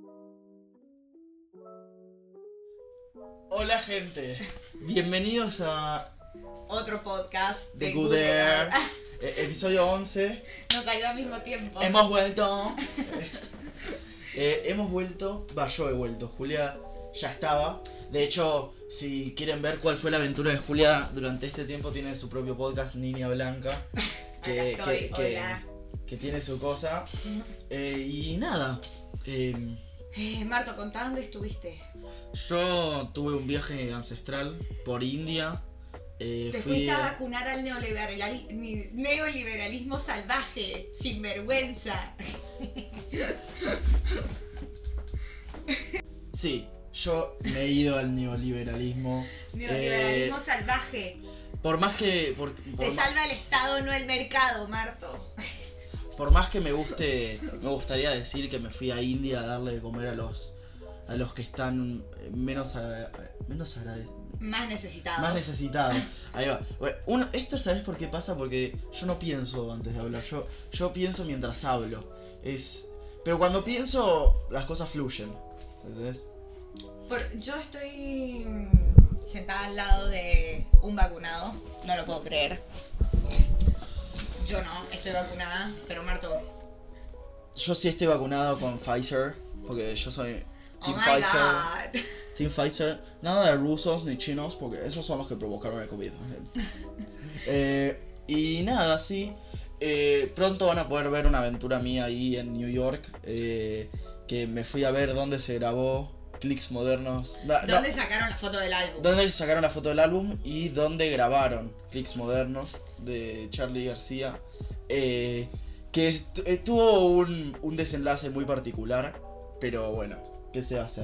Hola gente, bienvenidos a otro podcast The Good Air, episodio 11. Nos salió al mismo tiempo. Hemos vuelto. Yo he vuelto, Julia ya estaba. De hecho, si quieren ver cuál fue la aventura de Julia durante este tiempo, tiene su propio podcast, Niña Blanca. Que tiene su cosa. Y nada. Marto, contá dónde estuviste. Yo tuve un viaje ancestral por India. Te fuiste a vacunar al neoliberalismo salvaje, sin vergüenza. Sí, yo me he ido al neoliberalismo. Neoliberalismo salvaje. Por más que... Te salva el Estado, no el mercado, Marto. Por más que me gustaría decir que me fui a India a darle de comer a los que están menos agradecidos. Más necesitados. Más necesitados. Ahí va. Bueno, esto, ¿sabes por qué pasa? Porque yo no pienso antes de hablar. Yo pienso mientras hablo. Pero cuando pienso, las cosas fluyen. ¿Entendés? Yo estoy sentada al lado de un vacunado. No lo puedo creer. Yo no, estoy vacunada, pero Marto... Yo sí estoy vacunado con Pfizer, porque yo soy Team my Pfizer. God. Team Pfizer. Nada de rusos ni chinos, porque esos son los que provocaron el COVID. Y nada, sí. Pronto van a poder ver una aventura mía ahí en New York. Que me fui a ver dónde se grabó Clics Modernos. ¿Dónde sacaron la foto del álbum? Dónde sacaron la foto del álbum y dónde grabaron Clics Modernos de Charly García. Que tuvo un desenlace muy particular, pero bueno, ¿qué se va a hacer?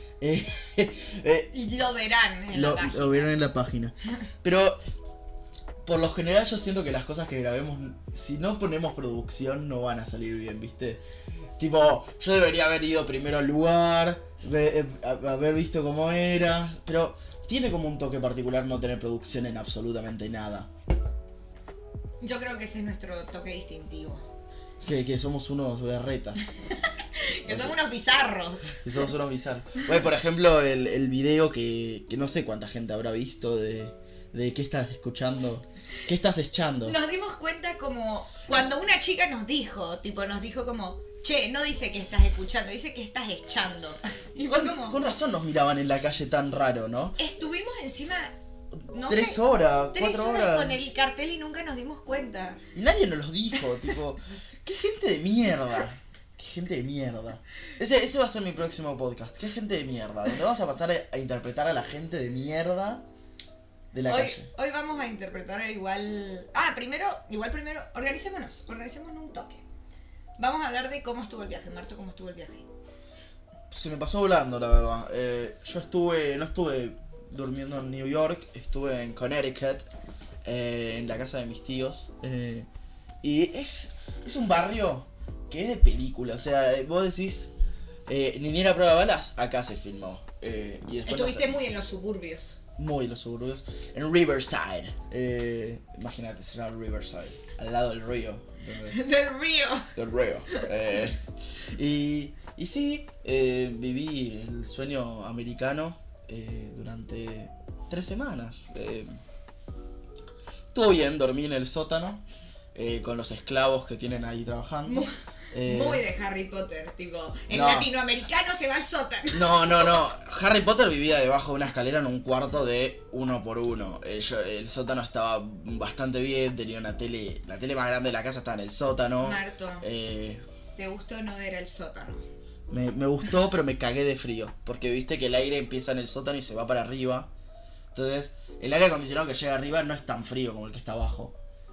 Y lo verán en la página. Lo verán en la página. Pero por lo general yo siento que las cosas que grabemos, si no ponemos producción, no van a salir bien, ¿viste? Tipo, yo debería haber ido primero al lugar, haber visto cómo era, pero tiene como un toque particular no tener producción en absolutamente nada. Yo creo que ese es nuestro toque distintivo. Que somos unos berretas. Que somos unos bizarros. Que somos unos bizarros. Bueno, por ejemplo, el video que no sé cuánta gente habrá visto de qué estás escuchando, qué estás echando. Nos dimos cuenta como cuando una chica nos dijo como, che, no dice que estás escuchando, dice que estás echando. Y fue como... Con razón nos miraban en la calle tan raro, ¿no? Estuvimos encima... No 3 sé, horas, 3 4 horas horas con el cartel y nunca nos dimos cuenta. Y nadie nos lo dijo, tipo, qué gente de mierda. Qué gente de mierda. Ese va a ser mi próximo podcast. Qué gente de mierda. Donde vamos a pasar a interpretar a la gente de mierda de la calle. Hoy vamos a interpretar igual... primero, organicémonos un toque. Vamos a hablar de cómo estuvo el viaje, Marto, cómo estuvo el viaje. Se me pasó volando, la verdad. No estuve durmiendo en New York, estuve en Connecticut, en la casa de mis tíos. Y es un barrio que es de película. O sea, vos decís, Niñera a prueba de balas, acá se filmó. Y después estuviste muy en los suburbios. Muy en los suburbios. En Riverside. Imagínate, se llama Riverside. Al lado del río. Del río. Del río. Y sí, viví el sueño americano durante 3 semanas. Estuvo bien, dormí en el sótano con los esclavos que tienen ahí trabajando. Muy de Harry Potter, tipo, el latinoamericano se va al sótano. No. Harry Potter vivía debajo de una escalera en un cuarto de 1x1. El sótano estaba bastante bien, tenía una tele. La tele más grande de la casa estaba en el sótano. Marto, ¿te gustó o no era el sótano? Me gustó, pero me cagué de frío. Porque viste que el aire empieza en el sótano y se va para arriba. Entonces, el aire acondicionado que llega arriba no es tan frío como el que está abajo.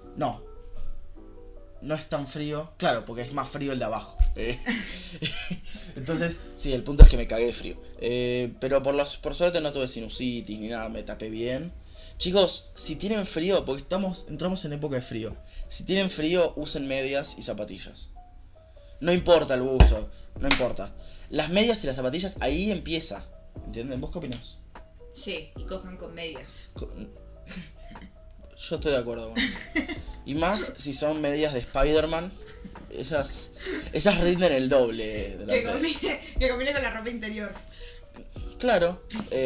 No es tan frío. Claro, porque es más frío el de abajo. Entonces, sí, el punto es que me cagué de frío. Pero por suerte no tuve sinusitis ni nada, me tapé bien. Chicos, si tienen frío, porque entramos en época de frío. Si tienen frío, usen medias y zapatillas. No importa el buzo, no importa. Las medias y las zapatillas, ahí empieza. ¿Entienden? ¿Vos qué opinás? Sí, y cojan con medias. Yo estoy de acuerdo con eso. Y más si son medias de Spider-Man. Esas rinden el doble. Que combine con la ropa interior. Claro.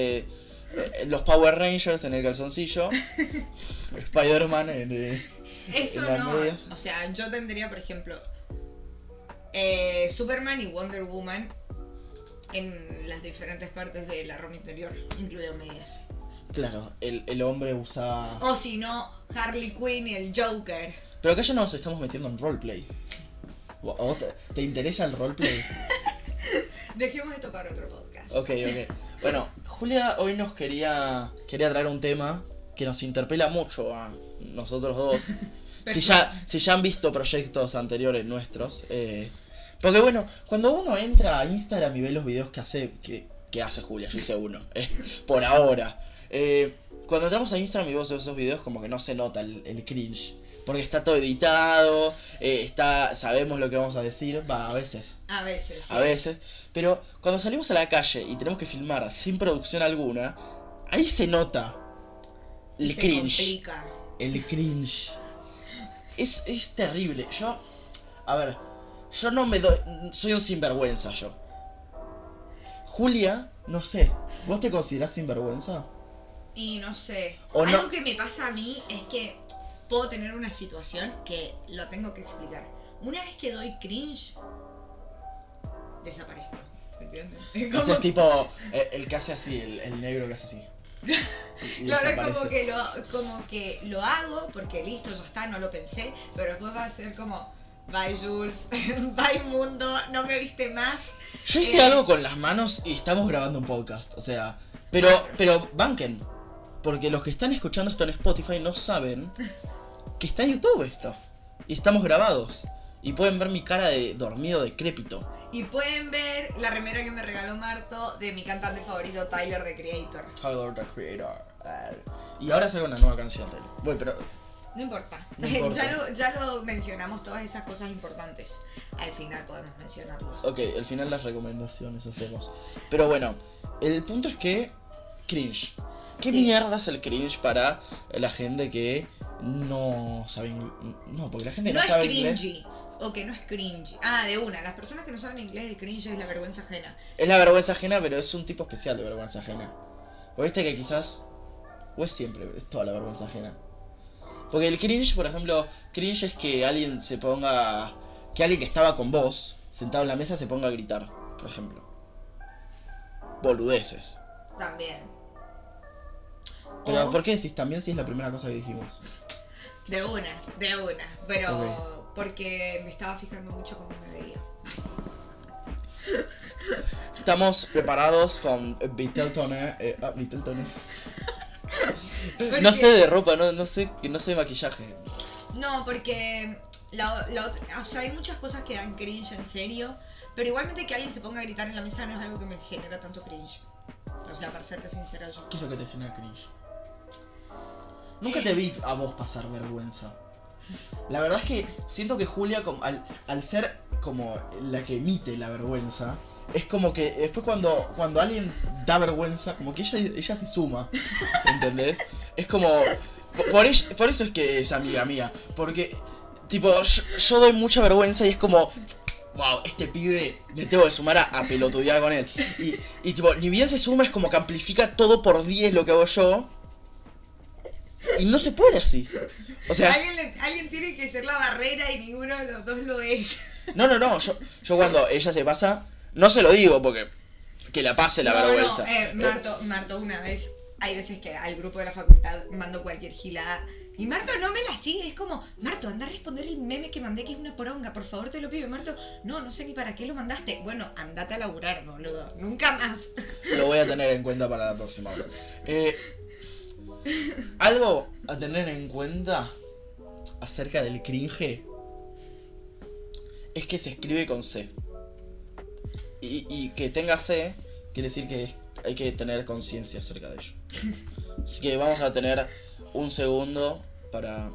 Los Power Rangers en el calzoncillo. Spider-Man Eso en las no. medias. O sea, yo tendría, por ejemplo, Superman y Wonder Woman en las diferentes partes de la ropa interior, incluido medias. Claro, el hombre usa... O si no, Harley Quinn y el Joker. Pero acá ya nos estamos metiendo en roleplay. ¿A vos te interesa el roleplay? Dejemos esto para otro podcast. Ok. Bueno, Julia hoy nos quería traer un tema que nos interpela mucho a nosotros dos. si ya han visto proyectos anteriores nuestros. Porque bueno, cuando uno entra a Instagram y ve los videos que hace Julia, yo hice uno, por ahora. Cuando entramos a Instagram y vemos esos videos, como que no se nota el cringe. Porque está todo editado, sabemos lo que vamos a decir, a veces. A veces. Sí. A veces. Pero cuando salimos a la calle y tenemos que filmar sin producción alguna, ahí se nota el cringe. Complica. El cringe. Es terrible. Yo no me doy... Soy un sinvergüenza yo. Julia, no sé. ¿Vos te considerás sinvergüenza? Y no sé. ¿O Algo no? que me pasa a mí es que puedo tener una situación que lo tengo que explicar. Una vez que doy cringe, desaparezco. ¿Entiendes? Ese es tipo el que hace así, el negro que hace así. Y Claro, es desaparece. como que lo hago porque listo, ya está, no lo pensé, pero después va a ser como, bye Jules, bye mundo, no me viste más. Yo hice algo con las manos y estamos grabando un podcast, o sea, pero banquen, porque los que están escuchando esto en Spotify no saben que está en YouTube esto, y estamos grabados, y pueden ver mi cara de dormido decrépito. Y pueden ver la remera que me regaló Marto de mi cantante favorito, Tyler, the Creator. Tyler, the Creator. Y ahora saca una nueva canción, Tyler. Bueno, pero... No importa. No importa. Ya lo mencionamos, todas esas cosas importantes. Al final podemos mencionarlos. Ok, al final las recomendaciones hacemos. Pero bueno, el punto es que... Cringe. ¿Qué Sí. mierda es el cringe para la gente que no sabe inglés? No, porque la gente No no es sabe inglés. cringy. O que no es cringy. Ah, de una. Las personas que no saben inglés, el cringe es la vergüenza ajena. Es la vergüenza ajena, pero es un tipo especial de vergüenza ajena. Porque viste que quizás... O es siempre, es toda la vergüenza ajena. Porque el cringe, por ejemplo, cringe es que alguien se ponga... Que alguien que estaba con vos, sentado en la mesa, se ponga a gritar, por ejemplo. Boludeces. También. Pero O- ¿por qué decís también si es la primera cosa que dijimos? De una. Pero Ok. porque me estaba fijando mucho cómo me veía. Estamos preparados con Viteltoné. Viteltoné. Porque- No sé de ropa, no sé de maquillaje. No, porque o sea, hay muchas cosas que dan cringe en serio, pero igualmente que alguien se ponga a gritar en la mesa no es algo que me genera tanto cringe. O sea, para serte sincera yo. ¿Qué es lo que te genera cringe? Nunca te vi a vos pasar vergüenza. La verdad es que siento que Julia, al ser como la que emite la vergüenza, es como que después cuando alguien da vergüenza, como que ella se suma. ¿Entendés? Es como... Por eso es que es amiga mía. Porque, tipo, yo doy mucha vergüenza y es como... Wow, este pibe me tengo que sumar a pelotudear con él. Y tipo, ni bien se suma, es como que amplifica todo por 10 lo que hago yo. Y no se puede así. O sea, Alguien tiene que ser la barrera y ninguno de los dos lo es. no. Yo cuando ella se pasa, no se lo digo porque que la pase la vergüenza. Marto, una vez, hay veces que al grupo de la facultad mando cualquier gilada. Y Marto no me la sigue, es como, Marto, anda a responder el meme que mandé que es una poronga, por favor te lo pido. Y Marto, no sé ni para qué lo mandaste. Bueno, andate a laburar, boludo, nunca más. Lo voy a tener en cuenta para la próxima vez. Algo a tener en cuenta acerca del cringe es que se escribe con C. Y que tenga C quiere decir que hay que tener conciencia acerca de ello. Así que vamos a tener un segundo para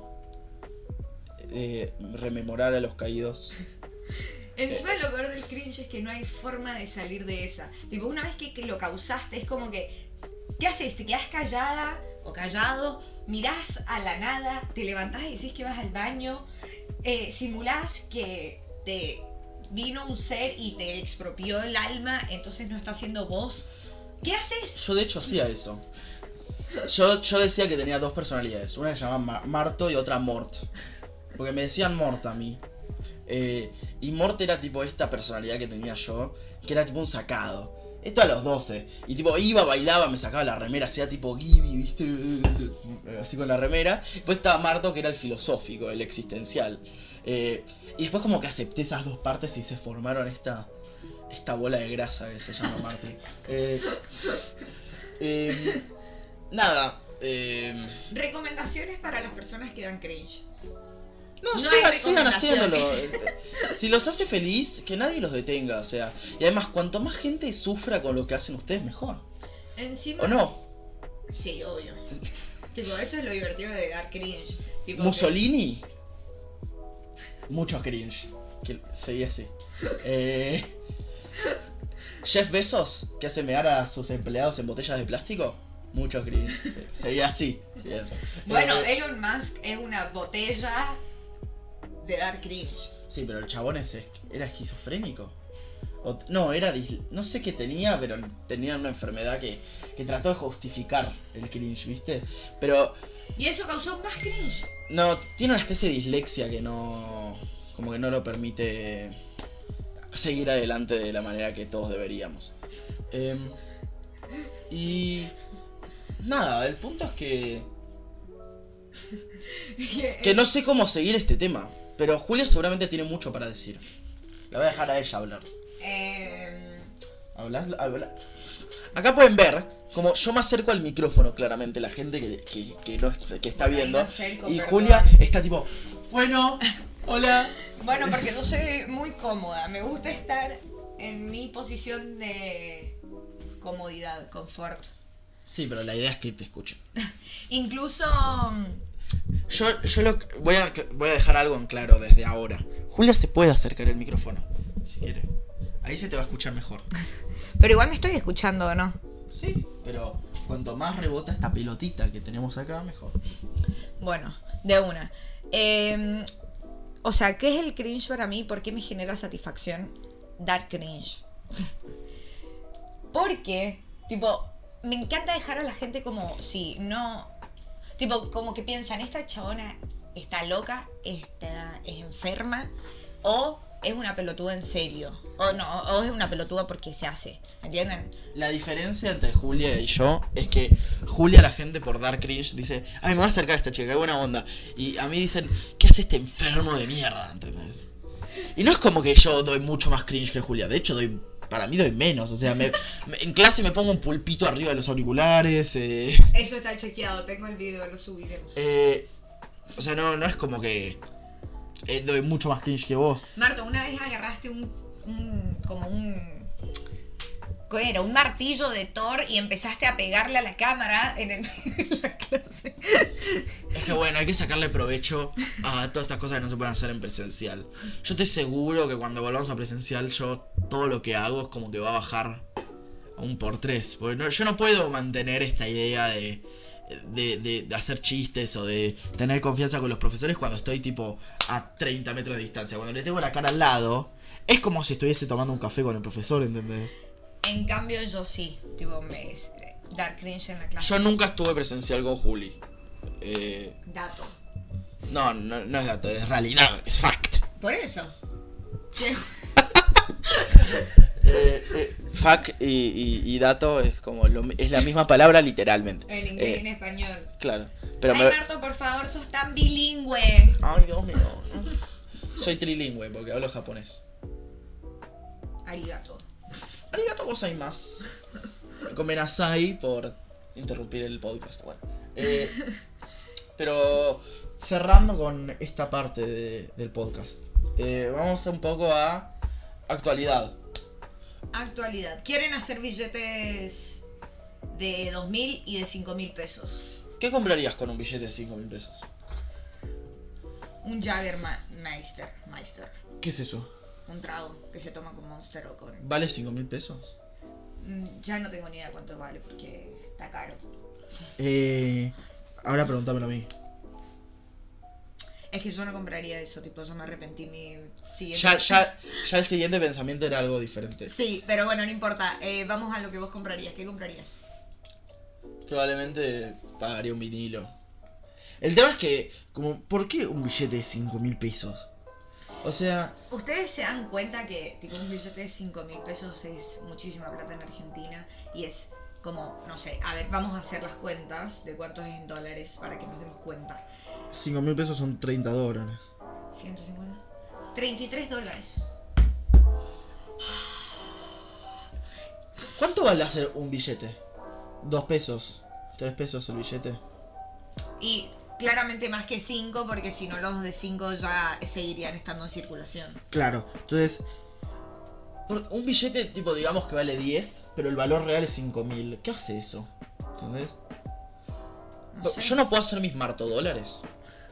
rememorar a los caídos. Encima lo peor del cringe es que no hay forma de salir de esa. Tipo, una vez que lo causaste, es como que, ¿qué haces? ¿Te quedás callada o callado? Mirás a la nada, te levantás y decís que vas al baño, simulás que te vino un ser y te expropió el alma, entonces no está siendo vos. ¿Qué haces? Yo de hecho hacía eso. Yo decía que tenía dos personalidades. Una que se llamaba Marto y otra Mort. Porque me decían Mort a mí. Y Mort era tipo esta personalidad que tenía yo, que era tipo un sacado. Esto a los 12. Y tipo iba, bailaba, me sacaba la remera, hacía tipo Gibi, ¿viste? Así con la remera. Después estaba Marto, que era el filosófico, el existencial. Y después como que acepté esas dos partes y se formaron esta bola de grasa que se llama Martín. Nada. Recomendaciones para las personas que dan cringe. No, No hay sigan haciéndolo. recomendaciones. Si los hace feliz, que nadie los detenga, o sea. Y además, cuanto más gente sufra con lo que hacen ustedes, mejor. Encima. ¿O no? Sí, obvio. Tipo, eso es lo divertido de dar cringe. Tipo, Mussolini. Mucho cringe. Que seguía así. Jeff Bezos, que hace mear a sus empleados en botellas de plástico. Mucho cringe. Seguía así. Bien. Bueno, Elon Musk es una botella de dar cringe. Sí, pero el chabón era esquizofrénico. No, no sé qué tenía, pero tenía una enfermedad que trató de justificar el cringe, ¿viste? Pero Y eso causó más cringe. no, tiene una especie de dislexia que no, como que no lo permite seguir adelante de la manera que todos deberíamos. Y nada, el punto es que no sé cómo seguir este tema, pero Julia seguramente tiene mucho para decir. La voy a dejar a ella hablar. Habla. Acá pueden ver como yo me acerco al micrófono, claramente, la gente que está viendo. Y Julia está tipo, bueno, hola. Bueno, porque yo soy muy cómoda. Me gusta estar en mi posición de comodidad, confort. Sí, pero la idea es que te escuchen. Incluso. Yo voy a dejar algo en claro desde ahora. Julia se puede acercar el micrófono, si quiere. Ahí se te va a escuchar mejor. Pero igual me estoy escuchando, ¿o no? Sí, pero cuanto más rebota esta pelotita que tenemos acá, mejor. Bueno, de una. O sea, ¿qué es el cringe para mí? ¿Por qué me genera satisfacción dar cringe? Porque, tipo, me encanta dejar a la gente como si no... Tipo, como que piensan, esta chabona está loca, es enferma, o es una pelotuda en serio. O no, o es una pelotuda porque se hace. ¿Entienden? La diferencia entre Julia y yo es que Julia, la gente por dar cringe dice, ay, me voy a acercar a esta chica, qué buena onda. Y a mí dicen, ¿qué hace este enfermo de mierda? ¿Entendés? Y no es como que yo doy mucho más cringe que Julia. De hecho, para mí doy menos. O sea, en clase me pongo un pulpito arriba de los auriculares. Eso está chequeado, tengo el video, lo subiremos. O sea, no es como que doy mucho más cringe que vos. Marto, una vez agarraste ¿qué era? Un martillo de Thor y empezaste a pegarle a la cámara en la clase. Es que bueno, hay que sacarle provecho a todas estas cosas que no se pueden hacer en presencial. Yo estoy seguro que cuando volvamos a presencial, yo todo lo que hago es como que va a bajar a 1x3. Porque yo no puedo mantener esta idea de hacer chistes o de tener confianza con los profesores cuando estoy tipo a 30 metros de distancia. Cuando le tengo la cara al lado, es como si estuviese tomando un café con el profesor, ¿entendés? En cambio yo sí, tipo, dar cringe en la clase. Yo nunca estuve presencial con Juli. Dato. No es dato, es realidad, es fact. Por eso. ¿Qué? Fact y dato es como es la misma palabra literalmente. En inglés y en español. Claro. Pero Ay, Marto, por favor, sos tan bilingüe. Ay, Dios mío. Soy trilingüe porque hablo japonés. Arigato. Arigato gozaimasu. Gomenasai por interrumpir el podcast. Bueno. Pero cerrando con esta parte del podcast, vamos un poco a actualidad. Actualidad. ¿Quieren hacer billetes de 2.000 y de 5.000 pesos? ¿Qué comprarías con un billete de 5.000 pesos? Un Jagermeister. ¿Qué es eso? Un trago que se toma con Monster o con... ¿Vale 5.000 pesos? Ya no tengo ni idea cuánto vale porque está caro. Ahora pregúntamelo a mí. Es que yo no compraría eso, tipo, yo me arrepentí mi siguiente... Ya el siguiente pensamiento era algo diferente. Sí, pero bueno, no importa. Vamos a lo que vos comprarías. ¿Qué comprarías? Probablemente pagaría un vinilo. El tema es que, como, ¿por qué un billete de 5.000 pesos? O sea... Ustedes se dan cuenta que tipo un billete de 5.000 pesos es muchísima plata en Argentina y es como, no sé, a ver, vamos a hacer las cuentas de cuánto es en dólares para que nos demos cuenta. 5.000 pesos son $30. 150. $33. ¿Cuánto vale hacer un billete? 2 pesos, 3 pesos el billete. Y claramente más que 5 porque si no los de 5 ya seguirían estando en circulación. Claro, entonces... un billete tipo digamos que vale 10, pero el valor real es 5.000. ¿Qué hace eso? ¿Entendés? No sé. Yo no puedo hacer mis martodólares.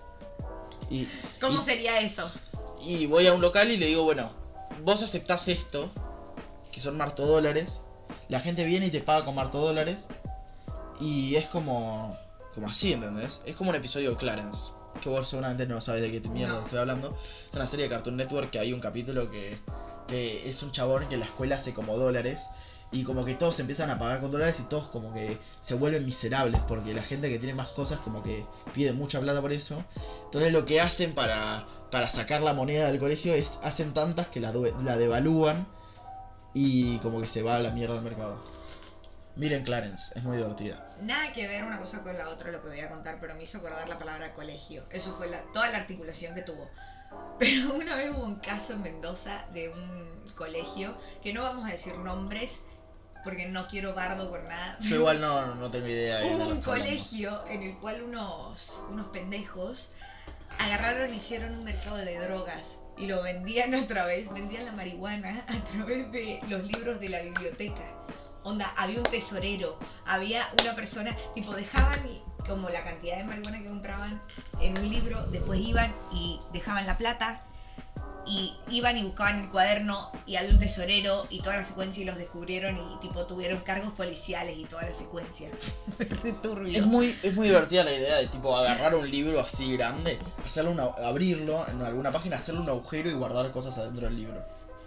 ¿Cómo sería eso? Y voy a un local y le digo, bueno, vos aceptás esto, que son martodólares. La gente viene y te paga con martodólares. Y es como así, ¿entendés? Es como un episodio de Clarence, que vos seguramente no sabes de qué mierda estoy hablando. Es una serie de Cartoon Network que hay un capítulo que es un chabón que en la escuela hace como dólares. Y como que todos empiezan a pagar con dólares y todos como que se vuelven miserables. Porque la gente que tiene más cosas como que pide mucha plata por eso. Entonces lo que hacen para sacar la moneda del colegio es hacen tantas que la devalúan. Y como que se va a la mierda del mercado. Miren Clarence, es muy divertida. Nada que ver una cosa con la otra lo que voy a contar, pero me hizo acordar la palabra colegio. Eso fue toda la articulación que tuvo. Pero una vez hubo un caso en Mendoza de un colegio, que no vamos a decir nombres porque no quiero bardo con nada. Yo igual no tengo idea. Hubo un colegio en el cual unos pendejos agarraron y hicieron un mercado de drogas y lo vendían vendían la marihuana a través de los libros de la biblioteca. Onda, había un tesorero, había una persona, tipo dejaban como la cantidad de marihuana que compraban en un libro, después iban y dejaban la plata y iban y buscaban el cuaderno y había un tesorero y toda la secuencia y los descubrieron y tipo tuvieron cargos policiales y toda la secuencia. Re turbio. Es muy divertida la idea de tipo agarrar un libro así grande, abrirlo en alguna página, hacerle un agujero y guardar cosas adentro del libro.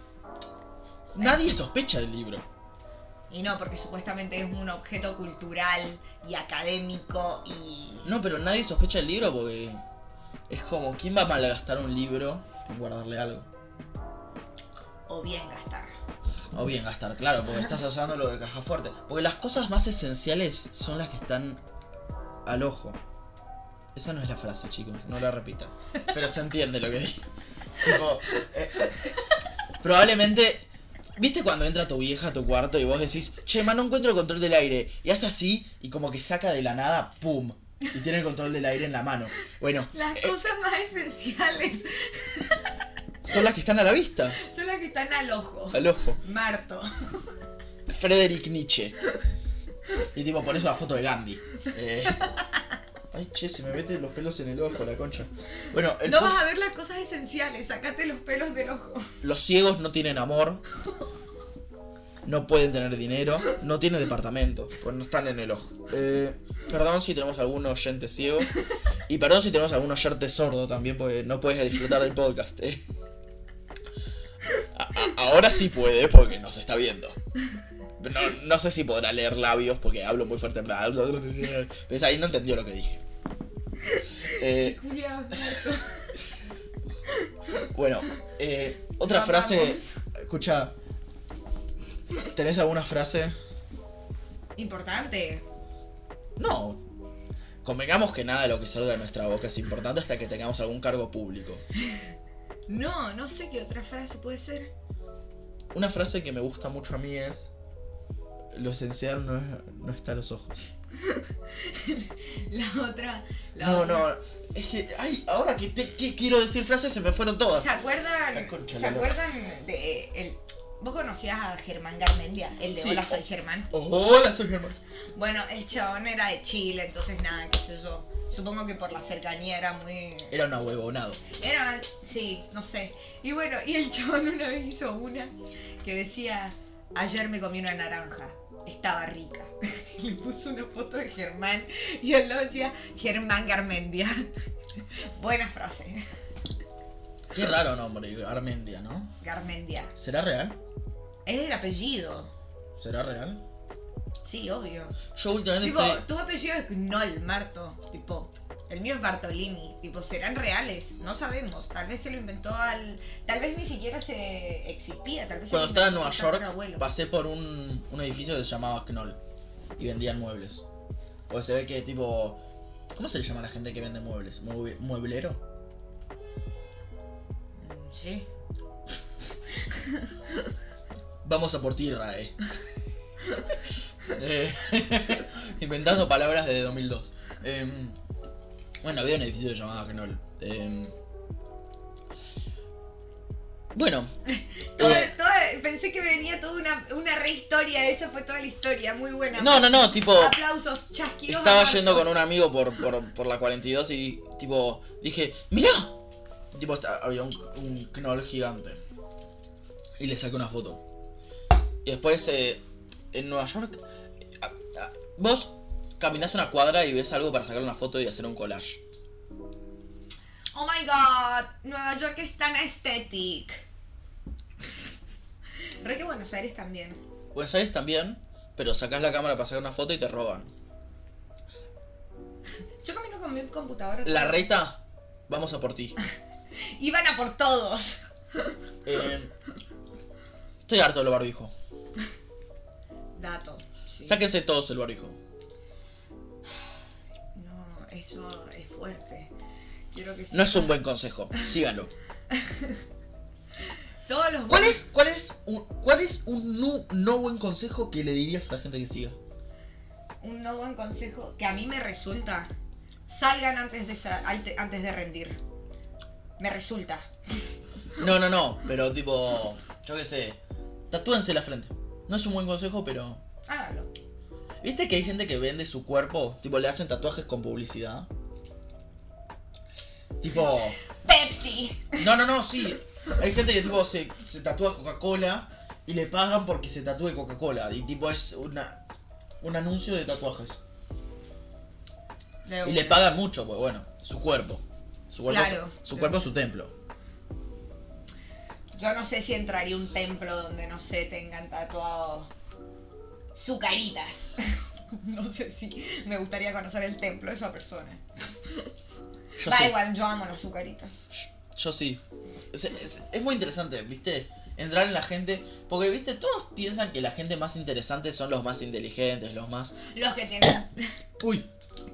Nadie sospecha del libro. Y no, porque supuestamente es un objeto cultural y académico y... No, pero nadie sospecha del libro porque es como, ¿quién va a malgastar un libro en guardarle algo? O bien gastar. O bien gastar, claro, porque estás usando lo de caja fuerte. Porque las cosas más esenciales son las que están al ojo. Esa no es la frase, chicos, no la repitan. Pero se entiende lo que digo. Tipo, probablemente... ¿Viste cuando entra tu vieja a tu cuarto y vos decís, che, no encuentro el control del aire? Y hace así y como que saca de la nada, ¡pum! Y tiene el control del aire en la mano. Bueno. Las cosas más esenciales son las que están a la vista. Son las que están al ojo. Al ojo. Marto. Friedrich Nietzsche. Y tipo, pones una foto de Gandhi. Ay, che, se me meten los pelos en el ojo, la concha. Bueno, no vas a ver las cosas esenciales, sacate los pelos del ojo. Los ciegos no tienen amor. No pueden tener dinero. No tienen departamento, pues no están en el ojo. Perdón si tenemos algún oyente ciego. Y perdón si tenemos algún oyente sordo también, porque no puedes disfrutar del podcast. Ahora sí puede, porque nos está viendo. No sé si podrá leer labios porque hablo muy fuerte. ¿Ves? Ahí no entendió lo que dije. Bueno, otra No, frase. vamos. Escucha, ¿tenés alguna frase? Importante. No. Convengamos que nada de lo que salga de nuestra boca es importante hasta que tengamos algún cargo público. No sé qué otra frase puede ser. Una frase que me gusta mucho a mí es: lo esencial no está a los ojos. La otra. No. Es que, ahora que quiero decir frases se me fueron todas. ¿Se acuerdan? La concha ¿Se de la lora. acuerdan de vos conocías a Germán Garmendia? El de Sí. Hola, soy Germán. Hola, soy Germán. Bueno, el chabón era de Chile, entonces nada, qué sé yo. Supongo que por la cercanía era muy... Era un ahuevonado. Sí, no sé. Y bueno, y el chabón una vez hizo una que decía: ayer me comí una naranja, estaba rica. le puso una foto de Germán y él lo decía Germán Garmendia. Buena frase. Qué raro nombre, Garmendia, ¿no? Garmendia. ¿Será real? Es el apellido. ¿Será real? Sí, obvio. Yo últimamente Tipo, estoy... tu apellido es Knoll, Marto. Tipo, el mío es Bartolini. Tipo, ¿serán reales? No sabemos. Tal vez se lo inventó al... Tal vez ni siquiera se existía. Tal vez Cuando se lo estaba en inventó Nueva tu York, tatarabuelo. pasé por un edificio que se llamaba Knoll. Y vendían muebles. Porque se ve que tipo... ¿Cómo se le llama a la gente que vende muebles? ¿Mueblero? Sí. Vamos a por ti, Rae. Inventando palabras de 2002. Bueno, había un edificio que se llamaba Knoll. Bueno. Pensé que venía toda una re historia. Esa fue toda la historia. Muy buena. No, tipo... Aplausos, chasquidos. Estaba yendo con un amigo por la 42 y tipo... Dije, ¡mirá! Tipo, había un Knoll gigante. Y le saqué una foto. Y después, en Nueva York... Vos caminás una cuadra y ves algo para sacar una foto y hacer un collage. Oh my god, Nueva York es tan estético. Re que Buenos Aires también. Buenos Aires también, pero sacás la cámara para sacar una foto y te roban. Yo camino con mi computadora. La reta, vamos a por ti. Iban a por todos. Estoy harto del barbijo. Dato. Sí. Sáquense todos el barbijo. No, eso es fuerte. Quiero que No es un buen consejo, síganlo. Todos los ¿Cuál es un no buen consejo que le dirías a la gente que siga? Un no buen consejo que a mí me resulta. Salgan antes de rendir. Me resulta. No, pero tipo, yo qué sé, tatúense la frente. No es un buen consejo, pero... Hágalo. ¿Viste que hay gente que vende su cuerpo? Tipo, le hacen tatuajes con publicidad. Tipo... Pepsi. No, sí. Hay gente que tipo se tatúa Coca-Cola y le pagan porque se tatúe Coca-Cola. Y tipo es un anuncio de tatuajes. Y le pagan mucho, pues bueno, su cuerpo. Su cuerpo, Claro, su cuerpo es su templo. Yo no sé si entraría a un templo donde, no sé, tengan tatuado sucaritas. No sé si me gustaría conocer el templo de esa persona. Yo Da sí. igual, yo amo las sucaritas. Yo sí. Es muy interesante, ¿viste? Entrar en la gente. Porque, ¿viste? Todos piensan que la gente más interesante son los más inteligentes, los más... Los que tienen... Uy,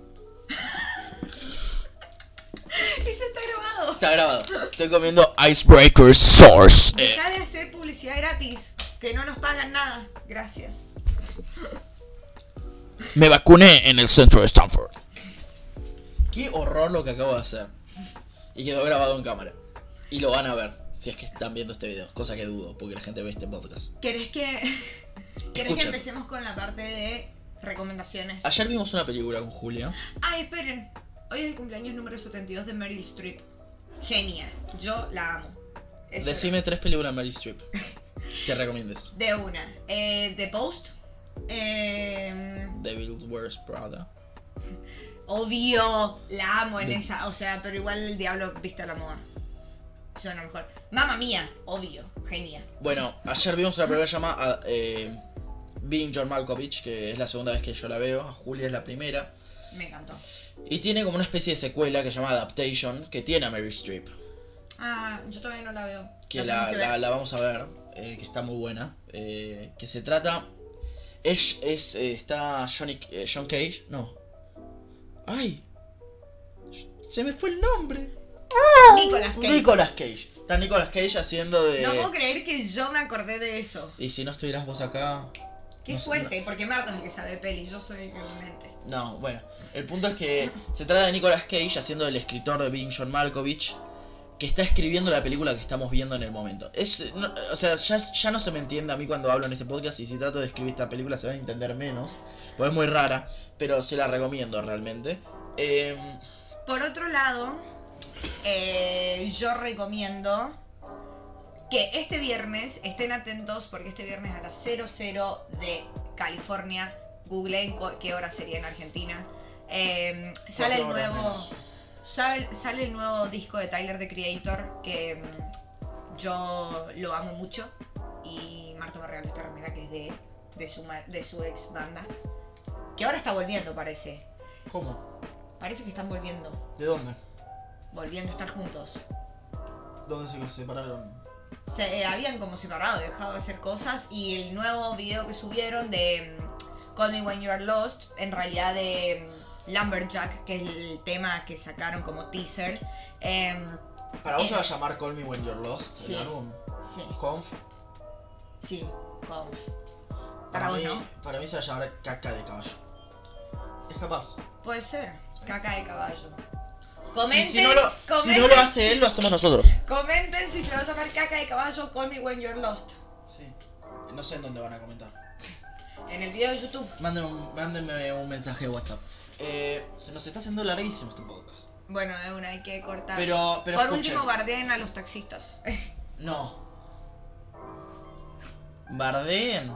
Eso está grabado. está grabado. Estoy comiendo Icebreaker Sauce. Deja de hacer publicidad gratis. Que no nos pagan nada. Gracias. Me vacuné en el centro de Stanford. Qué horror lo que acabo de hacer. Y quedó grabado en cámara. Y lo van a ver, si es que están viendo este video. Cosa que dudo, porque la gente ve este podcast. ¿Querés que Escuchen. empecemos con la parte de recomendaciones? Ayer vimos una película con Julia. Ay, esperen. Hoy es el cumpleaños número 72 de Meryl Streep. Genia. Yo la amo. Eso Decime 3 películas de Meryl Streep que recomiendes. de una. The Post. Devil Wears Prada. Obvio. La amo en De- esa. O sea, pero igual el diablo viste a la moda. Suena mejor. Mamma mía. Obvio. Genia. Bueno, ayer vimos una película llamada Being John Malkovich, que es la segunda vez que yo la veo. A Julia es la primera. Me encantó. Y tiene como una especie de secuela que se llama Adaptation, que tiene a Meryl Streep. Ah, yo todavía no la veo. Que La tengo que ver. la vamos a ver, que está muy buena. Que se trata... está John Cage, no. ¡Ay! Se me fue el nombre. Nicolas Cage. Nicolas Cage. Está Nicolas Cage haciendo de... No puedo creer que yo me acordé de eso. Y si no estuvieras vos acá... Qué no sé, fuerte, porque Marta es el que sabe peli, yo soy un mente. No, bueno. El punto es que se trata de Nicolas Cage haciendo el escritor de Being John Malkovich, que está escribiendo la película que estamos viendo en el momento. O sea, ya no se me entiende a mí cuando hablo en este podcast, y si trato de escribir esta película se va a entender menos, porque es muy rara, pero se la recomiendo realmente. Por otro lado, yo recomiendo que este viernes estén atentos, porque este viernes a las 00 de California googleen qué hora sería en Argentina. Sale 4 el horas nuevo. menos. Sale el nuevo disco de Tyler, The Creator, que yo lo amo mucho. Y Marto me regaló esta remera que es de su ex banda. Que ahora está volviendo, parece. ¿Cómo? Parece que están volviendo. ¿De dónde? Volviendo a estar juntos. ¿Dónde se separaron? Se habían como separado, dejado de hacer cosas. Y el nuevo video que subieron de Call Me When You Are Lost, en realidad de Lumberjack, que es el tema que sacaron como teaser. ¿Para vos se va a llamar Call Me When You're Lost? Sí. ¿El álbum? Sí, Conf. sí, Conf. Para vos, mí, ¿no? Para mí se va a llamar Caca de Caballo. Es capaz. Puede ser. Caca de caballo. Comenten, Si no lo comenten, hace él, lo hacemos nosotros. comenten si se va a llamar Caca de caballo, Call Me When You're Lost. Sí. No sé en dónde van a comentar. En el video de YouTube. Mándenme un mensaje de WhatsApp. Se nos está haciendo larguísimo este podcast. Bueno, de una hay que cortar. Pero Por escuchen. último, bardeen a los taxistas. No. Bardeen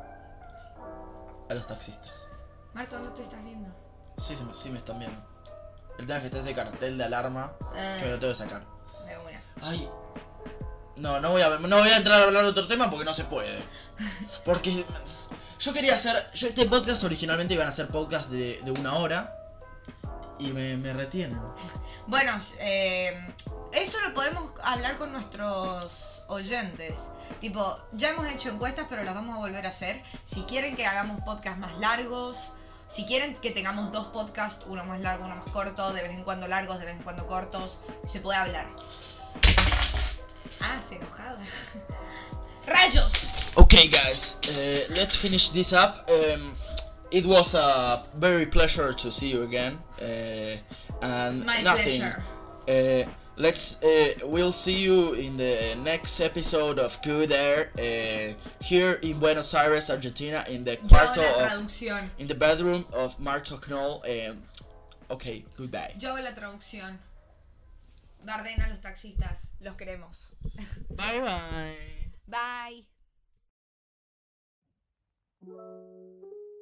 a los taxistas. Marto, ¿no te estás viendo? Sí me están viendo. El tema es que está ese cartel de alarma que me lo tengo que sacar. De una. Ay. No voy a entrar a hablar de otro tema porque no se puede. Porque yo quería hacer. Este podcast originalmente iban a ser podcast de 1 hora. Y me retienen. Bueno, eso lo podemos hablar con nuestros oyentes. Tipo, ya hemos hecho encuestas, pero las vamos a volver a hacer. Si quieren que hagamos podcasts más largos, si quieren que tengamos 2 podcasts, uno más largo, uno más corto, de vez en cuando largos, de vez en cuando cortos, se puede hablar. Ah, se enojaba. ¡Rayos! Okay, guys, let's finish this up. It was a very pleasure to see you again. And My nothing. pleasure. We'll see you in the next episode of Good Air here in Buenos Aires, Argentina, in the cuarto Yo hago la of, traducción. in the bedroom of Marto Knoll. Okay, goodbye. Yo hago la traducción. Bardeen a los taxistas. Los queremos. Bye bye.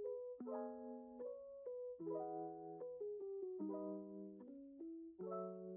Bye.